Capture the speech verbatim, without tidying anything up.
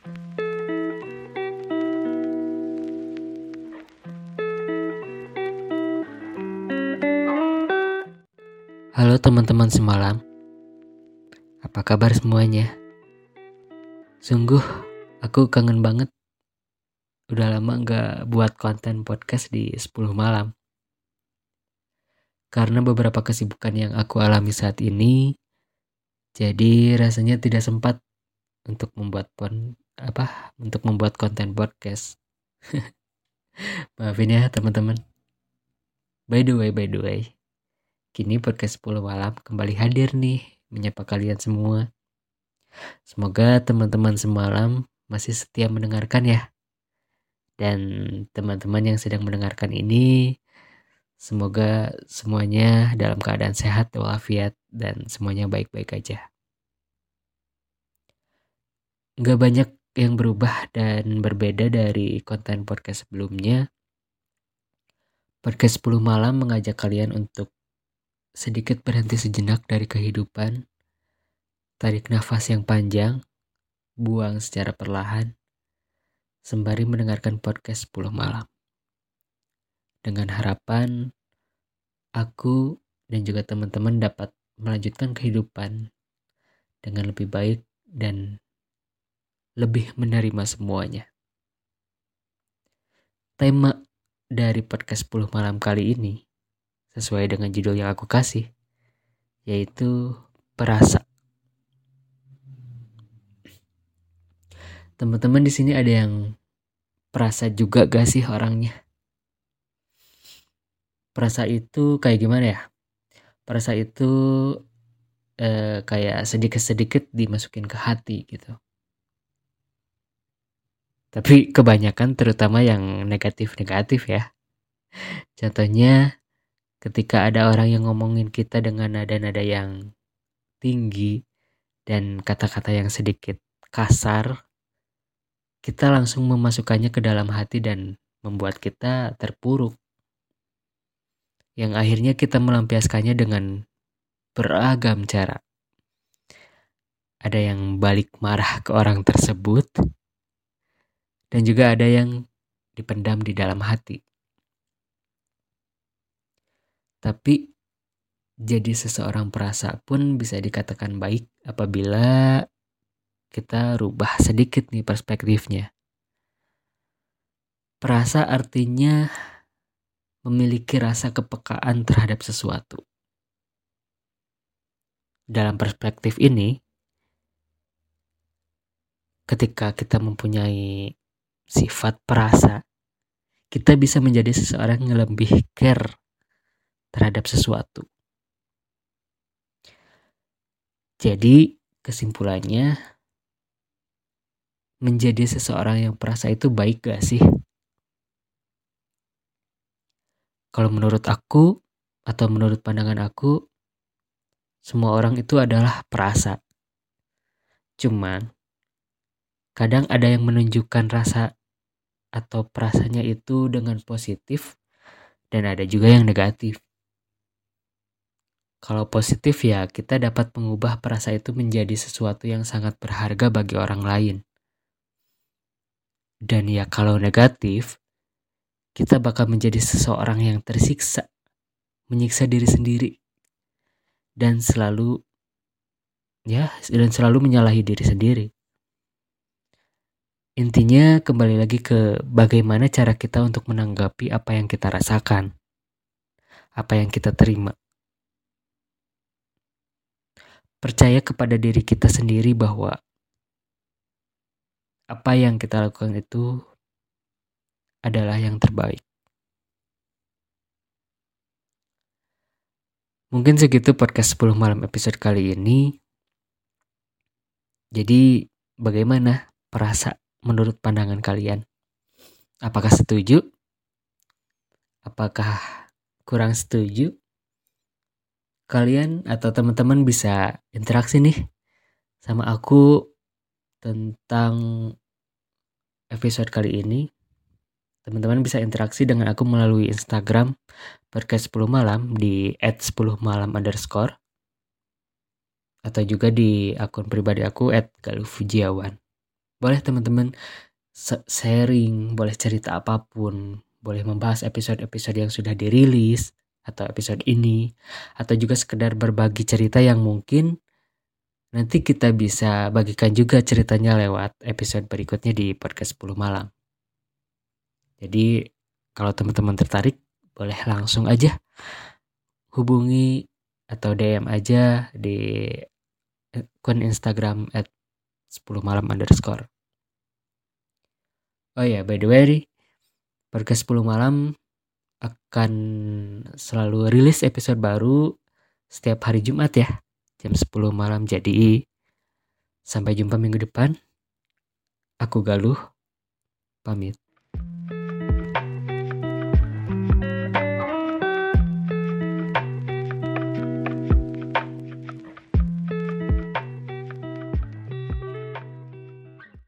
Halo teman-teman semalam, apa kabar semuanya? Sungguh aku kangen banget. Udah lama gak buat konten podcast di sepuluh malam. Karena beberapa kesibukan yang aku alami saat ini, jadi rasanya tidak sempat untuk membuat pon apa untuk membuat konten podcast. Maafin ya teman-teman. By the way, by the way, kini podcast sepuluh malam kembali hadir nih menyapa kalian semua. Semoga teman-teman semalam masih setia mendengarkan ya. Dan teman-teman yang sedang mendengarkan ini, semoga semuanya dalam keadaan sehat walafiat dan semuanya baik-baik aja. Gak banyak yang berubah dan berbeda dari konten podcast sebelumnya. Podcast sepuluh malam mengajak kalian untuk sedikit berhenti sejenak dari kehidupan. Tarik nafas yang panjang, buang secara perlahan, sembari mendengarkan podcast sepuluh malam. Dengan harapan aku dan juga teman-teman dapat melanjutkan kehidupan dengan lebih baik dan lebih menerima semuanya. Tema dari podcast sepuluh malam kali ini sesuai dengan judul yang aku kasih, yaitu perasa. Teman-teman di sini ada yang perasa juga gak sih orangnya? Perasa itu kayak gimana ya? Perasa itu eh, kayak sedikit-sedikit dimasukin ke hati gitu. Tapi kebanyakan terutama yang negatif-negatif ya. Contohnya ketika ada orang yang ngomongin kita dengan nada-nada yang tinggi dan kata-kata yang sedikit kasar, kita langsung memasukkannya ke dalam hati dan membuat kita terpuruk. Yang akhirnya kita melampiaskannya dengan beragam cara. Ada yang balik marah ke orang tersebut, dan juga ada yang dipendam di dalam hati. Tapi jadi seseorang perasa pun bisa dikatakan baik apabila kita rubah sedikit nih perspektifnya. Perasa artinya memiliki rasa kepekaan terhadap sesuatu. Dalam perspektif ini, ketika kita mempunyai sifat perasa, kita bisa menjadi seseorang yang lebih care terhadap sesuatu. Jadi kesimpulannya, menjadi seseorang yang perasa itu baik gak sih? Kalau menurut aku atau menurut pandangan aku, semua orang itu adalah perasa. Cuman kadang ada yang menunjukkan rasa atau perasanya itu dengan positif dan ada juga yang negatif. Kalau positif ya kita dapat mengubah perasa itu menjadi sesuatu yang sangat berharga bagi orang lain. Dan ya kalau negatif, kita bakal menjadi seseorang yang tersiksa, menyiksa diri sendiri, dan selalu ya dan selalu menyalahi diri sendiri. Intinya kembali lagi ke bagaimana cara kita untuk menanggapi apa yang kita rasakan, apa yang kita terima. Percaya kepada diri kita sendiri bahwa apa yang kita lakukan itu adalah yang terbaik. Mungkin segitu podcast sepuluh malam episode kali ini. Jadi bagaimana perasa menurut pandangan kalian? Apakah setuju? Apakah kurang setuju? Kalian atau teman-teman bisa interaksi nih sama aku tentang episode kali ini. Teman-teman bisa interaksi dengan aku melalui Instagram podcast sepuluh malam di et sepuluh malam underscore atau juga di akun pribadi aku et galuh fujiawan. Boleh teman-teman sharing, boleh cerita apapun, boleh membahas episode-episode yang sudah dirilis atau episode ini, atau juga sekedar berbagi cerita yang mungkin nanti kita bisa bagikan juga ceritanya lewat episode berikutnya di podcast sepuluh malam. Jadi kalau teman-teman tertarik, boleh langsung aja hubungi atau D M aja di akun Instagram at sepuluh malam underscore. Oh ya, by the way, podcast sepuluh malam akan selalu rilis episode baru setiap hari Jumat ya, jam sepuluh malam. Jadi sampai jumpa minggu depan. Aku Galuh, pamit.